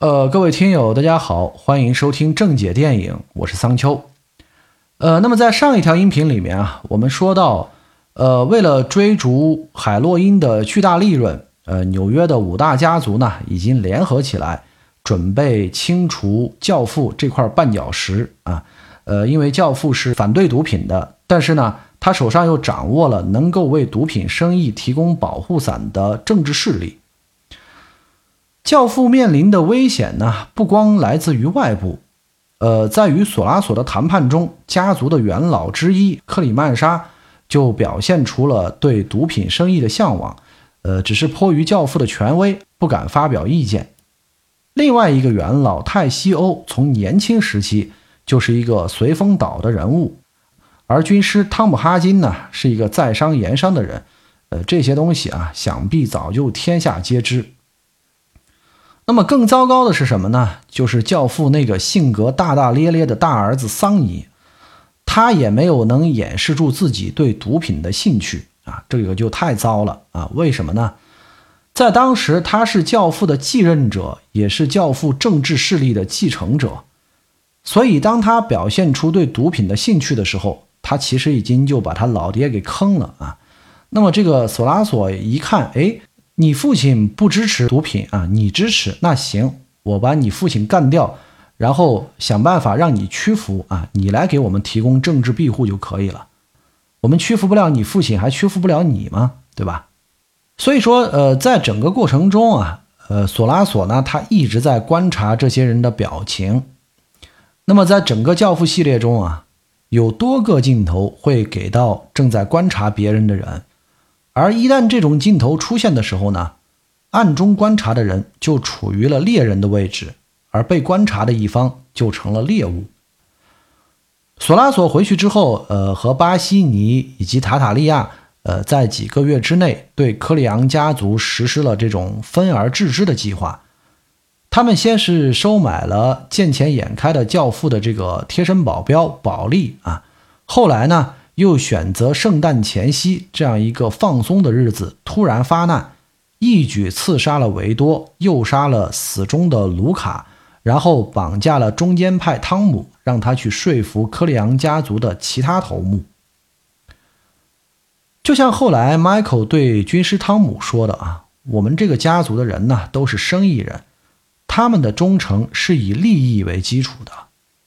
各位听友大家好，欢迎收听正解电影，我是桑丘。那么在上一条音频里面啊，我们说到为了追逐海洛因的巨大利润，纽约的5大家族呢已经联合起来，准备清除教父这块绊脚石啊。因为教父是反对毒品的，但是呢他手上又掌握了能够为毒品生意提供保护伞的政治势力。教父面临的危险呢，不光来自于外部，在与索拉索的谈判中，家族的元老之一克里曼莎就表现出了对毒品生意的向往，只是迫于教父的权威，不敢发表意见。另外一个元老泰西欧从年轻时期就是一个随风倒的人物，而军师汤姆哈金呢，是一个在商言商的人，这些东西啊，想必早就天下皆知。那么更糟糕的是什么呢？就是教父那个性格大大咧咧的大儿子桑尼，他也没有能掩饰住自己对毒品的兴趣啊，这个就太糟了啊！为什么呢？在当时他是教父的继任者，也是教父政治势力的继承者，所以当他表现出对毒品的兴趣的时候，他其实已经就把他老爹给坑了啊。那么这个索拉索一看，你父亲不支持毒品啊，你支持，那行，我把你父亲干掉，然后想办法让你屈服啊，你来给我们提供政治庇护就可以了。我们屈服不了你父亲，还屈服不了你吗？对吧？所以说在整个过程中啊，索拉索呢，他一直在观察这些人的表情。那么在整个教父系列中啊，有多个镜头会给到正在观察别人的人，而一旦这种镜头出现的时候呢，暗中观察的人就处于了猎人的位置，而被观察的一方就成了猎物。索拉索回去之后，和巴西尼以及塔塔利亚，在几个月之内对科里昂家族实施了这种分而治之的计划。他们先是收买了见钱眼开的教父的这个贴身保镖保利啊，后来呢又选择圣诞前夕这样一个放松的日子，突然发难，一举刺杀了维多，又杀了死忠的卢卡，然后绑架了中间派汤姆，让他去说服科里昂家族的其他头目。就像后来 Michael 对军师汤姆说的啊，我们这个家族的人呢，都是生意人，他们的忠诚是以利益为基础的。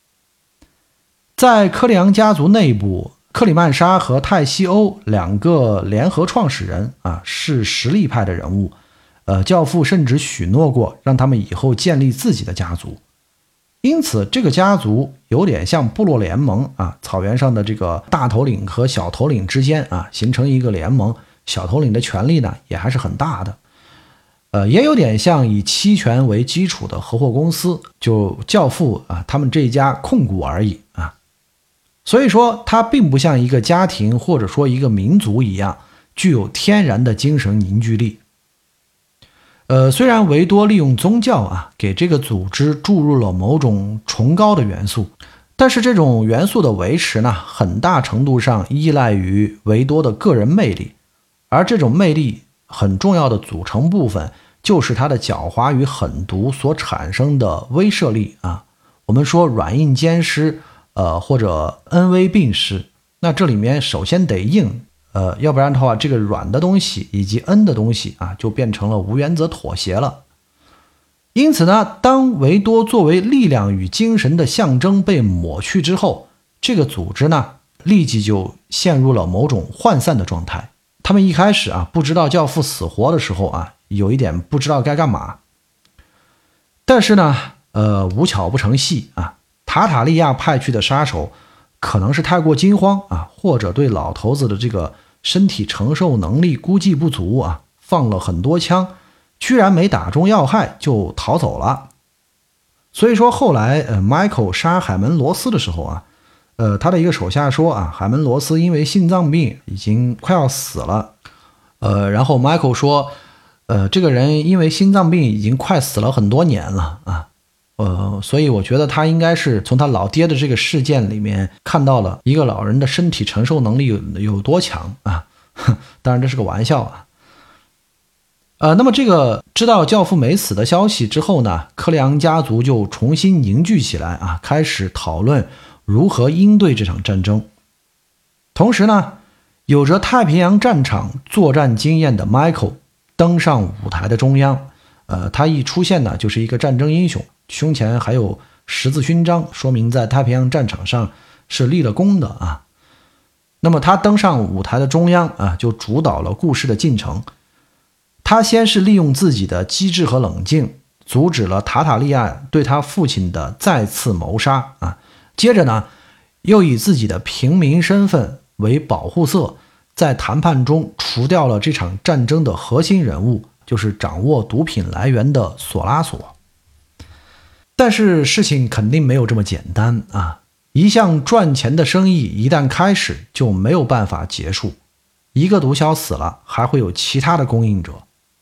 在科里昂家族内部，克里曼莎和泰西欧两个联合创始人啊，是实力派的人物。教父甚至许诺过让他们以后建立自己的家族。因此这个家族有点像部落联盟啊，草原上的这个大头领和小头领之间啊，形成一个联盟，小头领的权力呢也还是很大的。也有点像以期权为基础的合伙公司，就教父啊他们这一家控股而已啊。所以说它并不像一个家庭或者说一个民族一样具有天然的精神凝聚力。虽然维多利用宗教啊给这个组织注入了某种崇高的元素，但是这种元素的维持呢，很大程度上依赖于维多的个人魅力，而这种魅力很重要的组成部分就是他的狡猾与狠毒所产生的威慑力啊。我们说软硬兼施，或者恩威并施，那这里面首先得硬，要不然的话，这个软的东西以及恩的东西啊，就变成了无原则妥协了。因此呢，当维多作为力量与精神的象征被抹去之后，这个组织呢，立即就陷入了某种涣散的状态。他们一开始啊，不知道教父死活的时候啊，有一点不知道该干嘛。但是呢，无巧不成戏啊，塔塔利亚派去的杀手可能是太过惊慌啊，或者对老头子的这个身体承受能力估计不足啊，放了很多枪，居然没打中要害就逃走了。所以说后来Michael 杀海门罗斯的时候啊，他的一个手下说啊，海门罗斯因为心脏病已经快要死了。然后 Michael 说，这个人因为心脏病已经快死了很多年了啊。所以我觉得他应该是从他老爹的这个事件里面看到了一个老人的身体承受能力有多强啊。当然这是个玩笑啊。 那么这个知道教父没死的消息之后呢，柯里昂家族就重新凝聚起来啊，开始讨论如何应对这场战争。同时呢，有着太平洋战场作战经验的 Michael 登上舞台的中央。他一出现呢，就是一个战争英雄，胸前还有十字勋章，说明在太平洋战场上是立了功的啊。那么他登上舞台的中央啊，就主导了故事的进程。他先是利用自己的机智和冷静，阻止了塔塔利亚对他父亲的再次谋杀啊。接着呢，又以自己的平民身份为保护色，在谈判中除掉了这场战争的核心人物，就是掌握毒品来源的索拉索。但是事情肯定没有这么简单啊！一项赚钱的生意一旦开始，就没有办法结束。一个毒枭死了，还会有其他的供应者。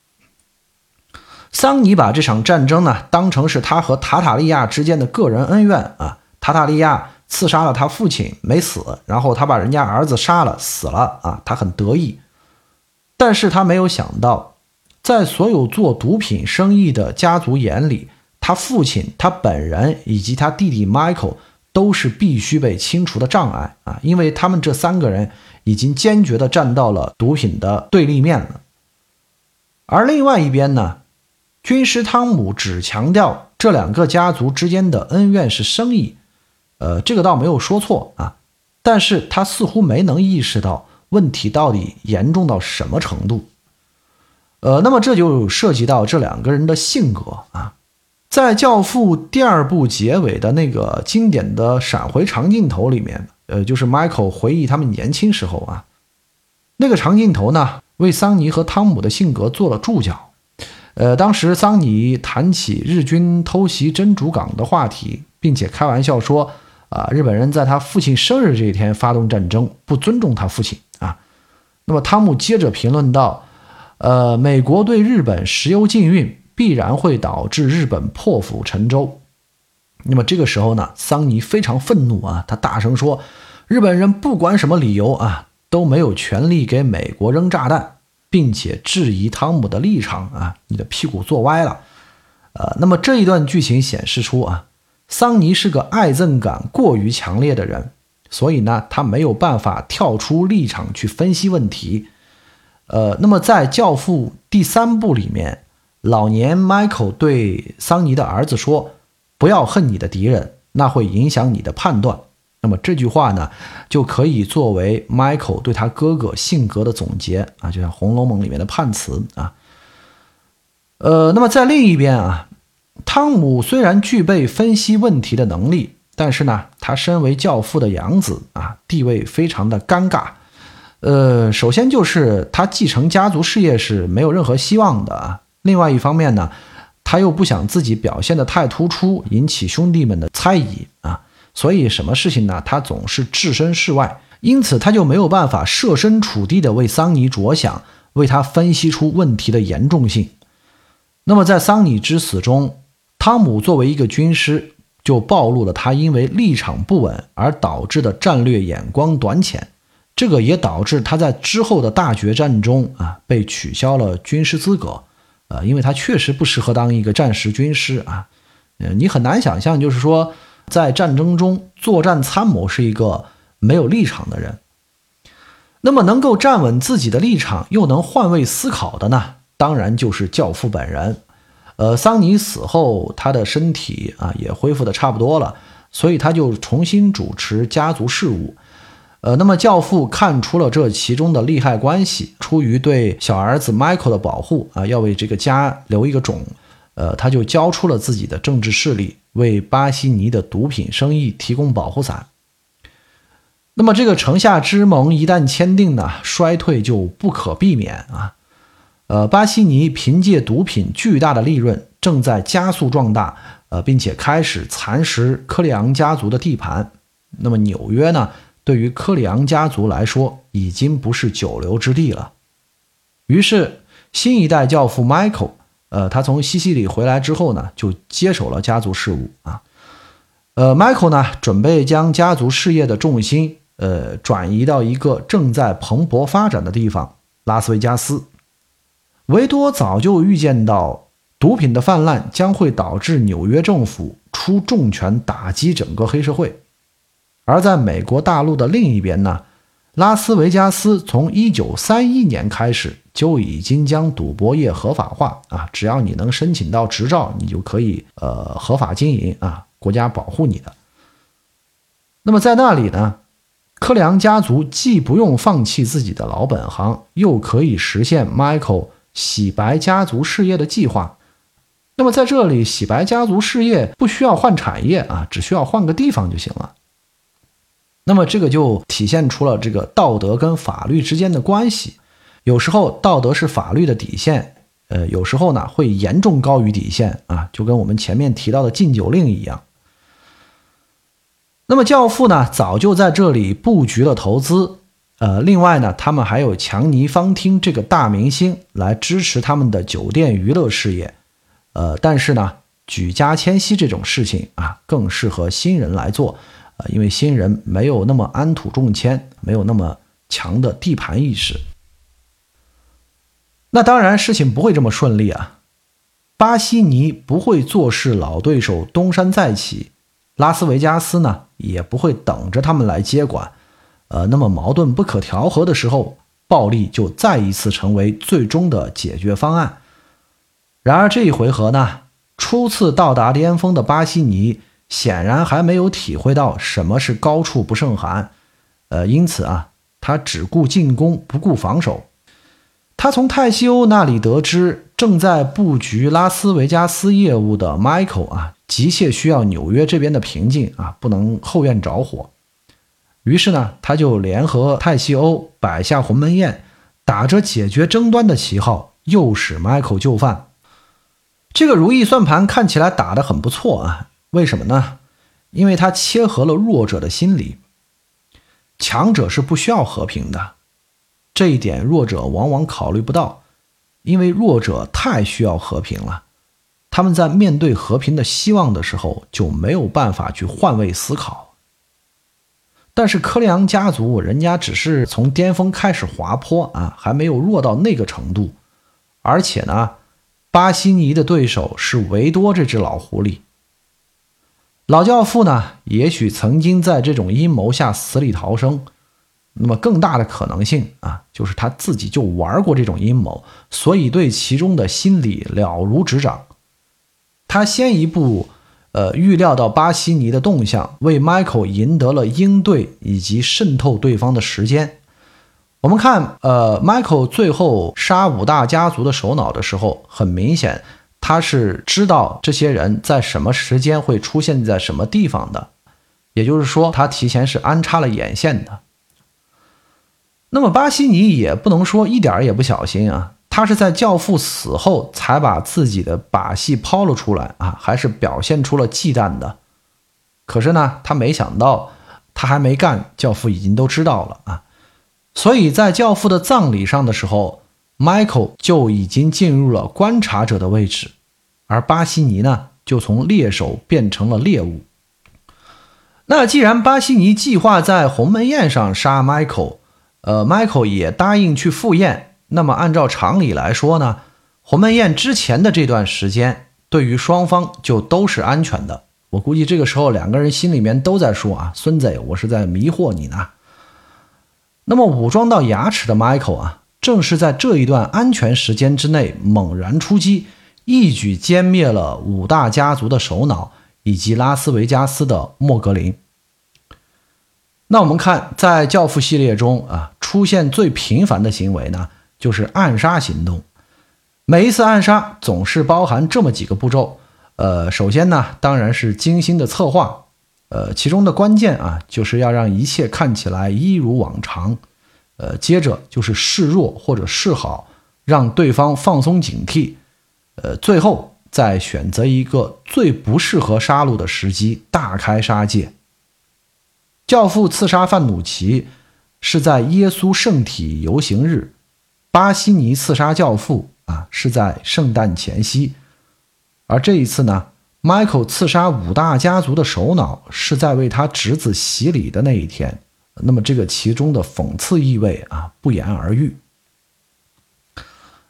桑尼把这场战争呢，当成是他和塔塔利亚之间的个人恩怨啊。塔塔利亚刺杀了他父亲没死，然后他把人家儿子杀了死了啊，他很得意。但是他没有想到，在所有做毒品生意的家族眼里，他父亲、他本人以及他弟弟 Michael 都是必须被清除的障碍啊，因为他们这三个人已经坚决地站到了毒品的对立面了。而另外一边呢，军师汤姆只强调这两个家族之间的恩怨是生意，这个倒没有说错啊，但是他似乎没能意识到问题到底严重到什么程度。那么这就涉及到这两个人的性格啊。在《教父》第二部结尾的那个经典的闪回长镜头里面，就是 Michael 回忆他们年轻时候啊，那个长镜头呢，为桑尼和汤姆的性格做了注脚。当时桑尼谈起日军偷袭珍珠港的话题，并且开玩笑说日本人在他父亲生日这一天发动战争，不尊重他父亲啊。那么汤姆接着评论道，美国对日本石油禁运必然会导致日本破釜沉舟。那么这个时候呢，桑尼非常愤怒啊，他大声说，日本人不管什么理由啊，都没有权利给美国扔炸弹，并且质疑汤姆的立场啊，你的屁股坐歪了。那么这一段剧情显示出啊，桑尼是个爱憎感过于强烈的人，所以呢，他没有办法跳出立场去分析问题。那么在《教父》第3部里面，老年 Michael 对桑尼的儿子说，不要恨你的敌人，那会影响你的判断。那么这句话呢，就可以作为 Michael 对他哥哥性格的总结啊，就像《红楼梦》里面的判词啊。那么在另一边啊，汤姆虽然具备分析问题的能力，但是呢，他身为教父的养子啊，地位非常的尴尬。首先就是他继承家族事业是没有任何希望的啊。另外一方面呢，他又不想自己表现得太突出，引起兄弟们的猜疑啊。所以什么事情呢，他总是置身事外，因此他就没有办法设身处地的为桑尼着想，为他分析出问题的严重性。那么在桑尼之死中，汤姆作为一个军师，就暴露了他因为立场不稳而导致的战略眼光短浅，这个也导致他在之后的大决战中啊被取消了军师资格，因为他确实不适合当一个战时军师啊。你很难想象，就是说在战争中作战参谋是一个没有立场的人。那么能够站稳自己的立场又能换位思考的呢，当然就是教父本人。桑尼死后他的身体也恢复的差不多了，所以他就重新主持家族事务。那么教父看出了这其中的利害关系，出于对小儿子 Michael 的保护要为这个家留一个种，他就交出了自己的政治势力，为巴西尼的毒品生意提供保护伞。那么这个城下之盟一旦签订呢，衰退就不可避免啊。巴西尼凭借毒品巨大的利润正在加速壮大，并且开始蚕食科里昂家族的地盘。那么纽约呢，对于科里昂家族来说已经不是久留之地了。于是新一代教父 Michael，他从西西里回来之后呢，就接手了家族事务啊。Michael 呢，准备将家族事业的重心转移到一个正在蓬勃发展的地方——拉斯维加斯。 维多早就预见到毒品的泛滥将会导致纽约政府出重拳打击整个黑社会。而在美国大陆的另一边呢，拉斯维加斯从1931年开始就已经将赌博业合法化啊，只要你能申请到执照，你就可以合法经营啊，国家保护你的。那么在那里呢，科里昂家族既不用放弃自己的老本行，又可以实现 Michael 洗白家族事业的计划。那么在这里洗白家族事业不需要换产业啊，只需要换个地方就行了。那么这个就体现出了这个道德跟法律之间的关系。有时候道德是法律的底线，有时候呢会严重高于底线啊，就跟我们前面提到的禁酒令一样。那么教父呢早就在这里布局了投资，另外呢他们还有强尼方汀这个大明星来支持他们的酒店娱乐事业，但是呢举家迁徙这种事情啊更适合新人来做，因为新人没有那么安土重迁，没有那么强的地盘意识。那当然事情不会这么顺利啊，巴西尼不会坐视老对手东山再起，拉斯维加斯呢也不会等着他们来接管，那么矛盾不可调和的时候，暴力就再一次成为最终的解决方案。然而这一回合呢，初次到达巅峰的巴西尼显然还没有体会到什么是高处不胜寒，因此啊，他只顾进攻不顾防守。他从泰西欧那里得知，正在布局拉斯维加斯业务的 Michael 啊，急切需要纽约这边的平静啊，不能后院着火。于是呢，他就联合泰西欧摆下鸿门宴，打着解决争端的旗号，诱使 Michael 就范。这个如意算盘看起来打得很不错啊，为什么呢？因为它切合了弱者的心理。强者是不需要和平的，这一点弱者往往考虑不到，因为弱者太需要和平了。他们在面对和平的希望的时候，就没有办法去换位思考。但是科里昂家族人家只是从巅峰开始滑坡啊，还没有弱到那个程度。而且呢，巴西尼的对手是维多这只老狐狸。老教父呢，也许曾经在这种阴谋下死里逃生，那么更大的可能性啊，就是他自己就玩过这种阴谋，所以对其中的心理了如指掌。他先一步预料到巴西尼的动向，为 Michael 赢得了应对以及渗透对方的时间。我们看Michael 最后杀五大家族的首脑的时候，很明显他是知道这些人在什么时间会出现在什么地方的，也就是说他提前是安插了眼线的。那么巴西尼也不能说一点也不小心啊，他是在教父死后才把自己的把戏抛了出来啊，还是表现出了忌惮的。可是呢，他没想到他还没干，教父已经都知道了啊。所以在教父的葬礼上的时候， Michael 就已经进入了观察者的位置，而巴西尼呢，就从猎手变成了猎物。那既然巴西尼计划在鸿门宴上杀 Michael，Michael 也答应去赴宴，那么按照常理来说呢，鸿门宴之前的这段时间对于双方就都是安全的。我估计这个时候两个人心里面都在说啊，孙子，我是在迷惑你呢。那么武装到牙齿的 Michael 啊，正是在这一段安全时间之内猛然出击，一举歼灭了五大家族的首脑以及拉斯维加斯的莫格林。那我们看在教父系列中啊，出现最频繁的行为呢，就是暗杀行动。每一次暗杀总是包含这么几个步骤，首先呢，当然是精心的策划，其中的关键啊，就是要让一切看起来一如往常，接着就是示弱或者示好，让对方放松警惕，最后再选择一个最不适合杀戮的时机，大开杀戒。教父刺杀范努奇是在耶稣圣体游行日，巴西尼刺杀教父啊是在圣诞前夕，而这一次呢，Michael 刺杀五大家族的首脑是在为他侄子洗礼的那一天，那么这个其中的讽刺意味啊不言而喻。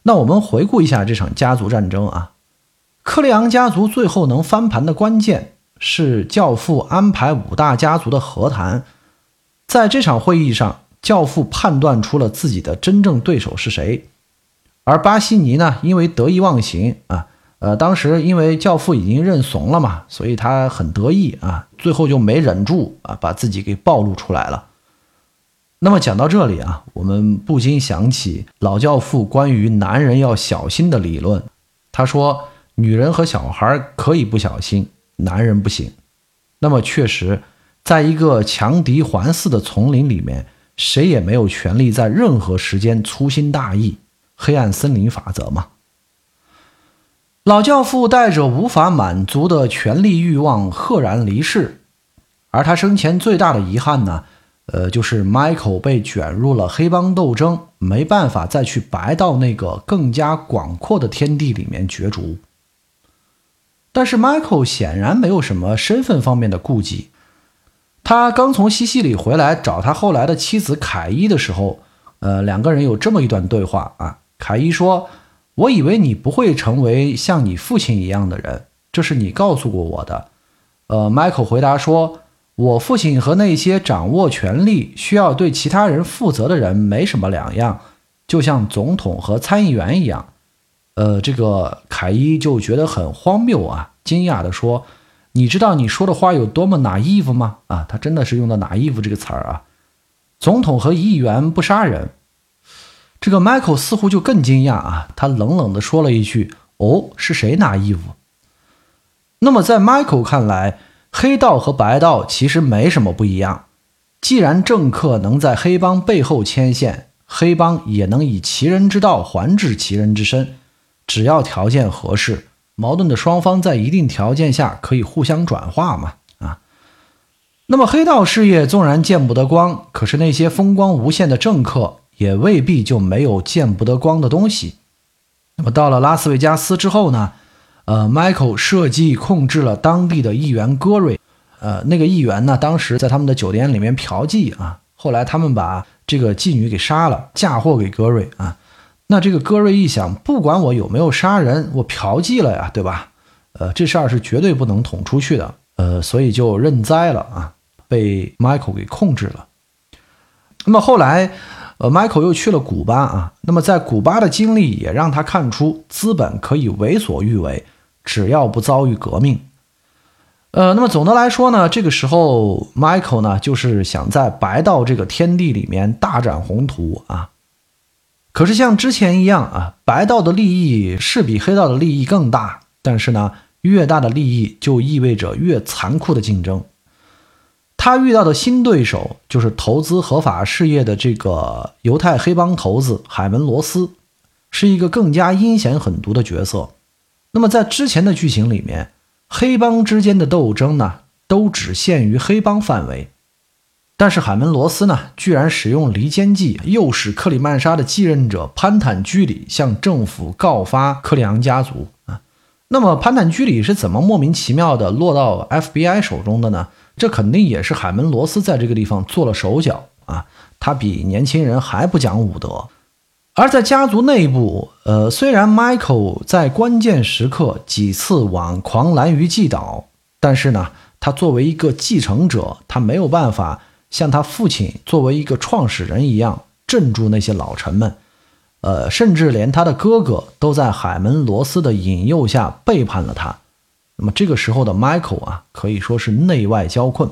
那我们回顾一下这场家族战争啊，克里昂家族最后能翻盘的关键是教父安排5大家族的和谈。在这场会议上，教父判断出了自己的真正对手是谁，而巴西尼呢，因为得意忘形啊，当时因为教父已经认怂了嘛，所以他很得意啊，最后就没忍住啊，把自己给暴露出来了。那么讲到这里啊，我们不禁想起老教父关于男人要小心的理论。他说，女人和小孩可以不小心，男人不行。那么确实，在一个强敌环伺的丛林里面，谁也没有权利在任何时间粗心大意，黑暗森林法则嘛。老教父带着无法满足的权力欲望赫然离世，而他生前最大的遗憾呢，就是 Michael 被卷入了黑帮斗争，没办法再去白道那个更加广阔的天地里面角逐。但是 Michael 显然没有什么身份方面的顾忌，他刚从西西里回来找他后来的妻子凯伊的时候，两个人有这么一段对话啊。凯伊说，我以为你不会成为像你父亲一样的人，这是你告诉过我的。Michael 回答说，我父亲和那些掌握权力需要对其他人负责的人没什么两样，就像总统和参议员一样。这个凯伊就觉得很荒谬啊，惊讶地说，你知道你说的话有多么naive吗？啊，他真的是用的naive这个词儿啊。总统和议员不杀人。这个 Michael 似乎就更惊讶啊，他冷冷地说了一句，哦，是谁naive？那么在 Michael 看来，黑道和白道其实没什么不一样。既然政客能在黑帮背后牵线，黑帮也能以其人之道还治其人之身，只要条件合适，矛盾的双方在一定条件下可以互相转化嘛。那么黑道事业纵然见不得光，可是那些风光无限的政客也未必就没有见不得光的东西。那么到了拉斯维加斯之后呢，Michael 设计控制了当地的议员戈瑞。那个议员呢，当时在他们的酒店里面嫖妓啊，后来他们把这个妓女给杀了，嫁祸给戈瑞啊。那这个戈瑞一想，不管我有没有杀人，我嫖妓了呀，对吧？这事儿是绝对不能捅出去的。所以就认栽了啊，被 Michael 给控制了。那么后来Michael 又去了古巴啊，那么在古巴的经历也让他看出资本可以为所欲为，只要不遭遇革命。那么总的来说呢，这个时候 Michael 呢就是想在白道这个天地里面大展宏图啊。可是像之前一样啊，白道的利益是比黑道的利益更大，但是呢，越大的利益就意味着越残酷的竞争。他遇到的新对手就是投资合法事业的这个犹太黑帮头子海门罗斯，是一个更加阴险狠毒的角色。那么在之前的剧情里面，黑帮之间的斗争呢，都只限于黑帮范围。但是海门罗斯呢，居然使用离间计，诱使克里曼莎的继任者潘坦居里向政府告发克里昂家族啊。那么潘坦居里是怎么莫名其妙的落到 FBI 手中的呢？这肯定也是海门罗斯在这个地方做了手脚啊，他比年轻人还不讲武德。而在家族内部，虽然 Michael 在关键时刻几次往狂澜于既倒，但是呢，他作为一个继承者，他没有办法像他父亲作为一个创始人一样镇住那些老臣们，甚至连他的哥哥都在海门罗斯的引诱下背叛了他。那么这个时候的 Michael 啊，可以说是内外交困。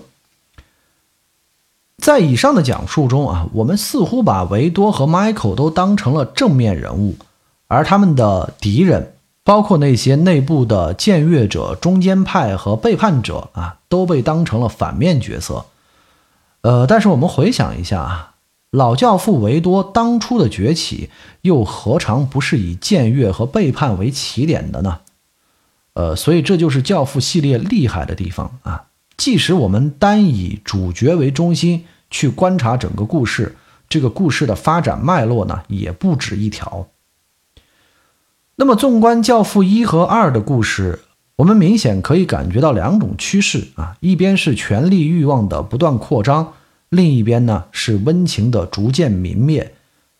在以上的讲述中啊，我们似乎把维多和 Michael 都当成了正面人物，而他们的敌人，包括那些内部的僭越者、中间派和背叛者啊，都被当成了反面角色。但是我们回想一下啊，老教父维多当初的崛起，又何尝不是以僭越和背叛为起点的呢？所以这就是教父系列厉害的地方啊！即使我们单以主角为中心去观察整个故事，这个故事的发展脉络呢，也不止一条。那么纵观教父1和2的故事，我们明显可以感觉到两种趋势啊，一边是权力欲望的不断扩张，另一边呢是温情的逐渐泯灭。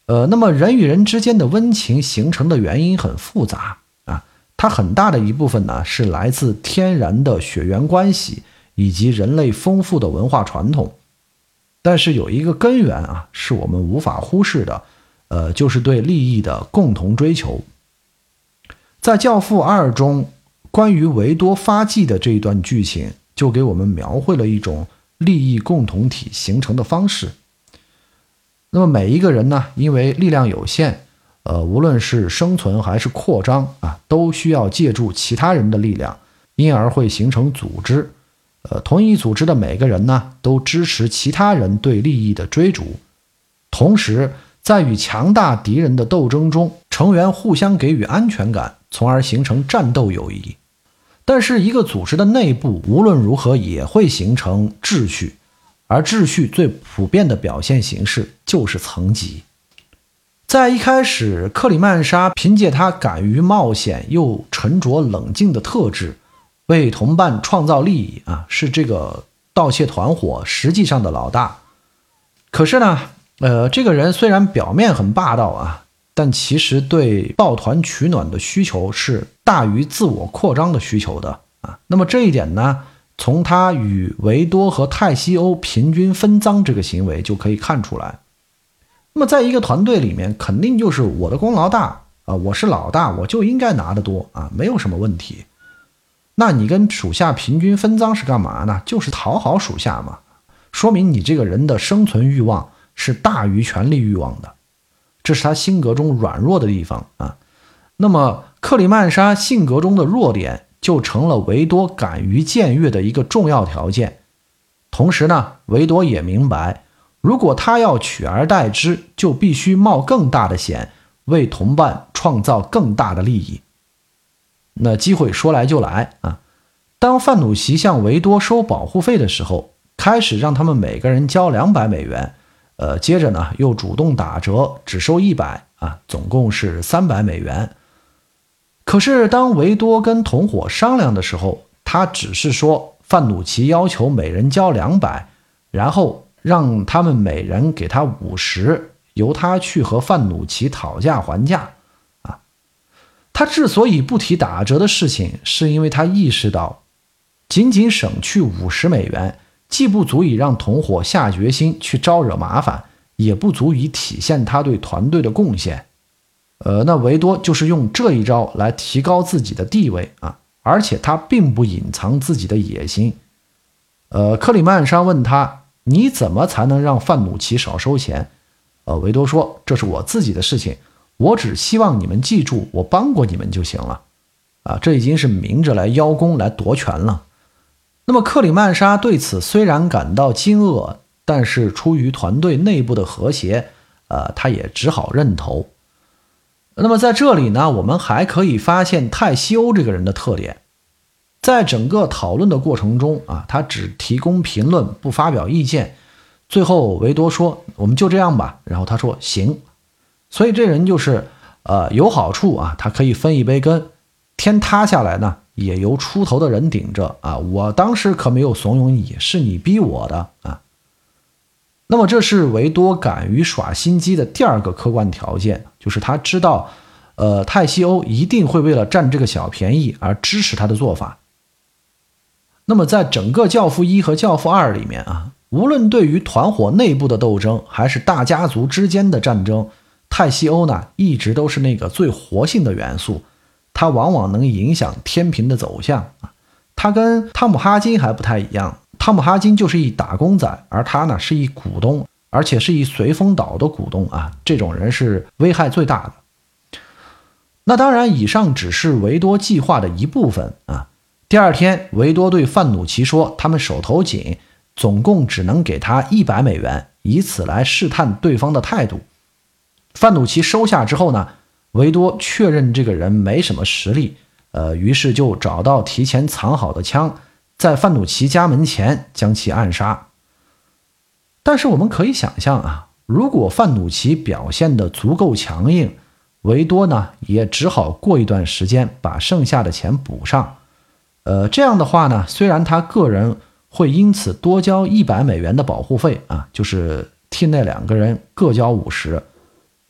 那么人与人之间的温情形成的原因很复杂啊，它很大的一部分呢是来自天然的血缘关系以及人类丰富的文化传统。但是有一个根源啊，是我们无法忽视的，就是对利益的共同追求。在《教父2》中，关于维多发迹的这一段剧情，就给我们描绘了一种利益共同体形成的方式。那么每一个人呢，因为力量有限，无论是生存还是扩张啊，都需要借助其他人的力量，因而会形成组织。同一组织的每个人呢，都支持其他人对利益的追逐，同时在与强大敌人的斗争中，成员互相给予安全感，从而形成战斗友谊。但是一个组织的内部无论如何也会形成秩序，而秩序最普遍的表现形式就是层级。在一开始，克里曼莎凭借他敢于冒险又沉着冷静的特质，为同伴创造利益啊，是这个盗窃团伙实际上的老大。可是呢，这个人虽然表面很霸道啊，但其实对抱团取暖的需求是大于自我扩张的需求的啊。那么这一点呢，从他与维多和泰西欧平均分赃这个行为就可以看出来。那么在一个团队里面，肯定就是我的功劳大啊，我是老大，我就应该拿得多啊，没有什么问题。那你跟属下平均分赃是干嘛呢？就是讨好属下嘛，说明你这个人的生存欲望是大于权力欲望的，这是他性格中软弱的地方啊。那么克里曼莎性格中的弱点就成了维多敢于僭越的一个重要条件。同时呢，维多也明白，如果他要取而代之，就必须冒更大的险，为同伴创造更大的利益。那机会说来就来啊！当范努奇向维多收保护费的时候，开始让他们每个人交200美元，接着呢又主动打折，只收100啊，总共是300美元。可是当维多跟同伙商量的时候，他只是说范努奇要求每人交200，然后让他们每人给他50，由他去和范努奇讨价还价。他之所以不提打折的事情，是因为他意识到，仅仅省去50美元，既不足以让同伙下决心去招惹麻烦，也不足以体现他对团队的贡献。那维多就是用这一招来提高自己的地位啊，而且他并不隐藏自己的野心。克里曼莎问他，你怎么才能让范努奇少收钱？维多说，这是我自己的事情，我只希望你们记住我帮过你们就行了啊，这已经是明着来邀功来夺权了。那么克里曼莎对此虽然感到惊愕，但是出于团队内部的和谐，他也只好认头。那么在这里呢，我们还可以发现泰西欧这个人的特点。在整个讨论的过程中啊，他只提供评论，不发表意见。最后维多说，我们就这样吧，然后他说行。所以这人就是有好处啊，他可以分一杯羹，天塌下来呢也由出头的人顶着啊。我当时可没有怂恿你，是你逼我的啊。那么这是维多敢于耍心机的第二个客观条件，就是他知道泰西欧一定会为了占这个小便宜而支持他的做法。那么在整个教父1和教父2里面啊，无论对于团伙内部的斗争还是大家族之间的战争，泰西欧呢一直都是那个最活性的元素，它往往能影响天平的走向。他跟汤姆哈金还不太一样，汤姆哈金就是一打工仔，而他呢是一股东，而且是一随风倒的股东啊，这种人是危害最大的。那当然以上只是维多计划的一部分啊。第二天维多对范努奇说，他们手头紧，总共只能给他100美元，以此来试探对方的态度。范努奇收下之后呢，维多确认这个人没什么实力，于是就找到提前藏好的枪，在范努奇家门前将其暗杀。但是我们可以想象啊，如果范努奇表现得足够强硬，维多呢也只好过一段时间把剩下的钱补上。这样的话呢，虽然他个人会因此多交100美元的保护费啊，就是替那2个人各交50，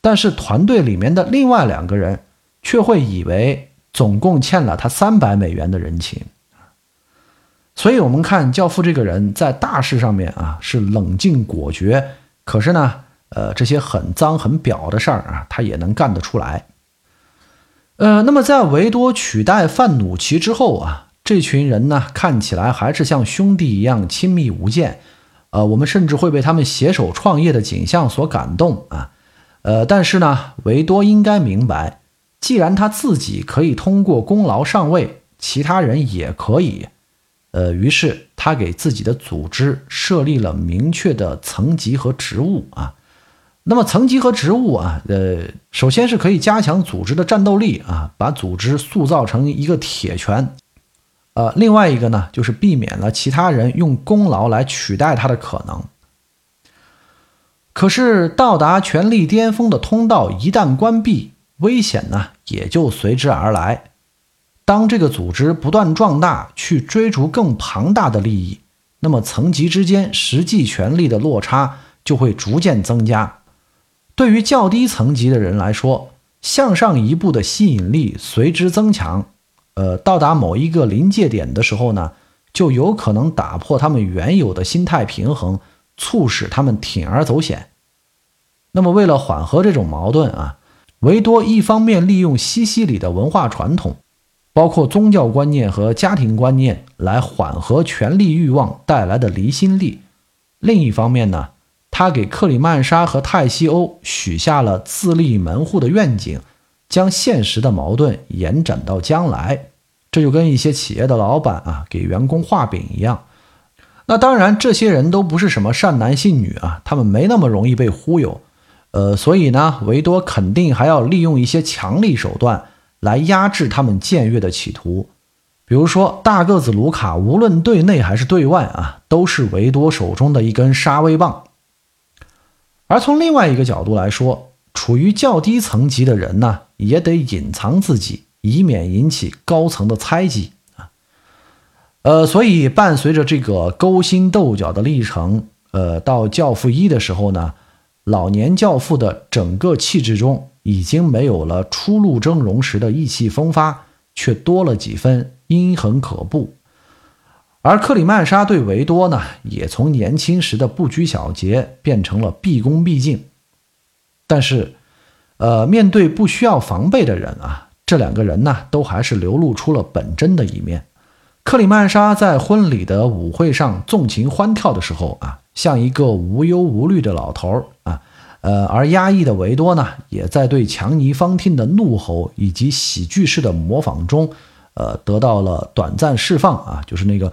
但是团队里面的另外2个人却会以为总共欠了他$300的人情。所以我们看教父这个人在大事上面啊是冷静果决，可是呢这些很脏很婊的事儿啊他也能干得出来。那么在维多取代范努奇之后啊，这群人呢看起来还是像兄弟一样亲密无间，我们甚至会被他们携手创业的景象所感动啊。但是呢，维多应该明白，既然他自己可以通过功劳上位，其他人也可以。于是他给自己的组织设立了明确的层级和职务啊。那么层级和职务啊，首先是可以加强组织的战斗力啊，把组织塑造成一个铁拳。另外一个呢，就是避免了其他人用功劳来取代他的可能。可是到达权力巅峰的通道一旦关闭，危险呢也就随之而来。当这个组织不断壮大，去追逐更庞大的利益，那么层级之间实际权力的落差就会逐渐增加。对于较低层级的人来说，向上一步的吸引力随之增强，到达某一个临界点的时候呢，就有可能打破他们原有的心态平衡，促使他们铤而走险。那么为了缓和这种矛盾啊，维多一方面利用西西里的文化传统，包括宗教观念和家庭观念，来缓和权力欲望带来的离心力。另一方面呢，他给克里曼莎和泰西欧许下了自立门户的愿景，将现实的矛盾延展到将来。这就跟一些企业的老板啊给员工画饼一样。那当然这些人都不是什么善男信女啊，他们没那么容易被忽悠。所以呢，维多肯定还要利用一些强力手段来压制他们僭越的企图。比如说大个子卢卡无论对内还是对外啊，都是维多手中的一根杀威棒。而从另外一个角度来说，处于较低层级的人呢，也得隐藏自己，以免引起高层的猜忌啊。所以伴随着这个勾心斗角的历程，到教父1的时候呢，老年教父的整个气质中已经没有了初露峥嵘时的意气风发，却多了几分阴狠可怖。而克里曼莎对维多呢，也从年轻时的不拘小节变成了毕恭毕敬。但是面对不需要防备的人啊，这2个人呢都还是流露出了本真的一面。克里曼莎在婚礼的舞会上纵情欢跳的时候啊，像一个无忧无虑的老头啊，而压抑的维多呢，也在对强尼方汀的怒吼以及喜剧式的模仿中，得到了短暂释放啊，就是那个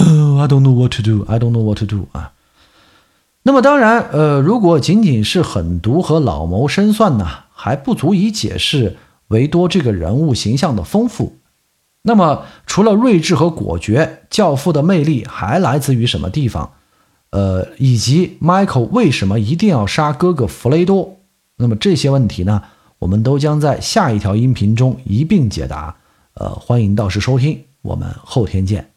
I don't know what to do, I don't know what to do 啊。那么当然，如果仅仅是狠毒和老谋深算呢，还不足以解释维多这个人物形象的丰富。那么除了睿智和果决，教父的魅力还来自于什么地方？以及 Michael 为什么一定要杀哥哥弗雷多？那么这些问题呢，我们都将在下一条音频中一并解答。欢迎到时收听，我们后天见。